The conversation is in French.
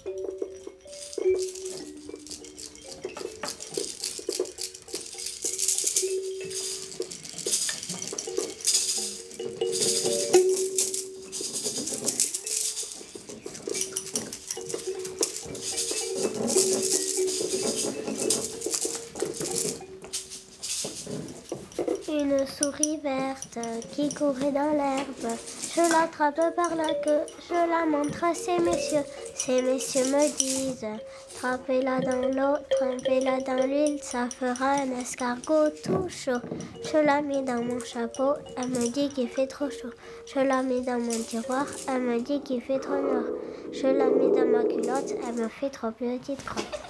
Une souris verte qui courait dans l'herbe. Je l'attrape par la queue, je la montre à ces messieurs. Ces messieurs me disent, trempez-la dans l'eau, trempez-la dans l'huile, ça fera un escargot tout chaud. Je la mets dans mon chapeau, elle me dit qu'il fait trop chaud. Je la mets dans mon tiroir, elle me dit qu'il fait trop noir. Je la mets dans ma culotte, elle me fait trop petite crotte.